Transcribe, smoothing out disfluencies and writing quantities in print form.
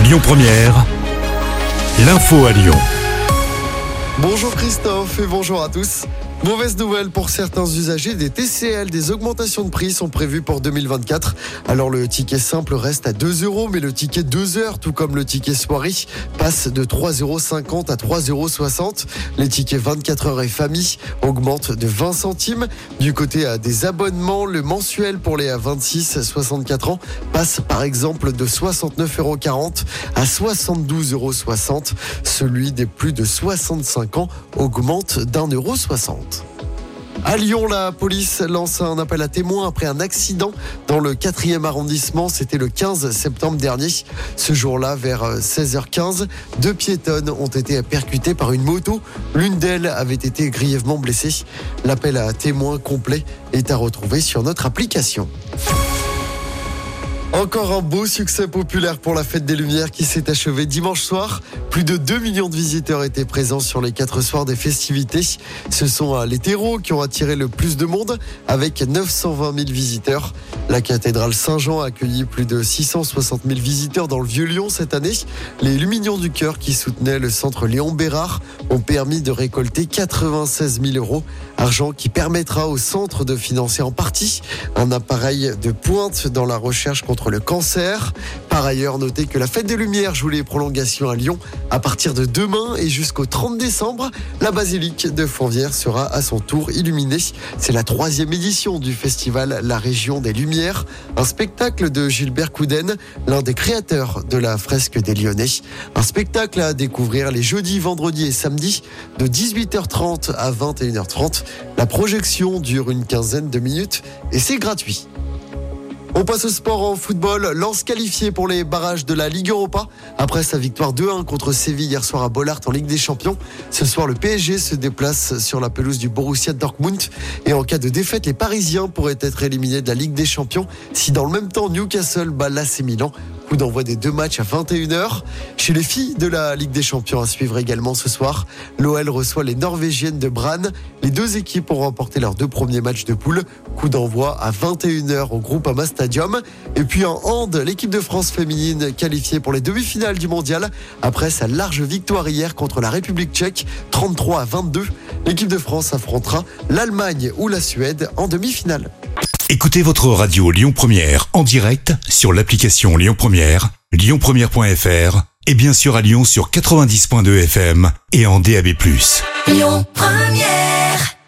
Lyon Première, l'info à Lyon. Bonjour Christophe et bonjour à tous. Mauvaise nouvelle pour certains usagers des TCL, des augmentations de prix sont prévues pour 2024. Alors le ticket simple reste à 2 €, mais le ticket 2 heures, tout comme le ticket soirée, passe de 3,50 € à 3,60 €. Les tickets 24 heures et famille augmentent de 20 centimes. Du côté des abonnements, le mensuel pour les 26-64 ans passe par exemple de 69,40 € à 72,60 €. Celui des plus de 65 ans augmente d'1,60 €. À Lyon, la police lance un appel à témoins après un accident dans le 4e arrondissement. C'était le 15 septembre dernier. Ce jour-là, vers 16h15, 2 piétonnes ont été percutées par une moto. L'une d'elles avait été grièvement blessée. L'appel à témoins complet est à retrouver sur notre application. Encore un beau succès populaire pour la Fête des Lumières qui s'est achevée dimanche soir. Plus de 2 millions de visiteurs étaient présents sur les 4 soirs des festivités. Ce sont les terreaux qui ont attiré le plus de monde avec 920 000 visiteurs. La cathédrale Saint-Jean a accueilli plus de 660 000 visiteurs dans le Vieux-Lyon cette année. Les Lumignons du Cœur qui soutenaient le centre Léon Bérard ont permis de récolter 96 000 €. Argent qui permettra au centre de financer en partie un appareil de pointe dans la recherche contre le cancer. Par ailleurs, notez que la Fête des Lumières joue les prolongations à Lyon. À partir de demain et jusqu'au 30 décembre, la basilique de Fourvière sera à son tour illuminée. C'est la 3e édition du festival La Région des Lumières, un spectacle de Gilbert Couden, l'un des créateurs de la fresque des Lyonnais. Un spectacle à découvrir les jeudis, vendredis et samedis de 18h30 à 21h30. La projection dure une quinzaine de minutes et c'est gratuit. On passe au sport en football. Lens qualifié pour les barrages de la Ligue Europa. Après sa victoire 2-1 contre Séville hier soir à Bollaert en Ligue des Champions. Ce soir, le PSG se déplace sur la pelouse du Borussia Dortmund. Et en cas de défaite, les Parisiens pourraient être éliminés de la Ligue des Champions si dans le même temps Newcastle bat l'AC Milan. Coup d'envoi des 2 matchs à 21h. Chez les filles de la Ligue des Champions à suivre également ce soir, l'OL reçoit les Norvégiennes de Brann. Les 2 équipes ont remporté leurs 2 premiers matchs de poule. Coup d'envoi à 21h au Groupama Stadium. Et puis en hand, l'équipe de France féminine qualifiée pour les demi-finales du mondial après sa large victoire hier contre la République tchèque, 33-22. L'équipe de France affrontera l'Allemagne ou la Suède en demi-finale. Écoutez votre radio Lyon Première en direct sur l'application Lyon Première, lyonpremière.fr et bien sûr à Lyon sur 90.2 FM et en DAB+. Lyon Première.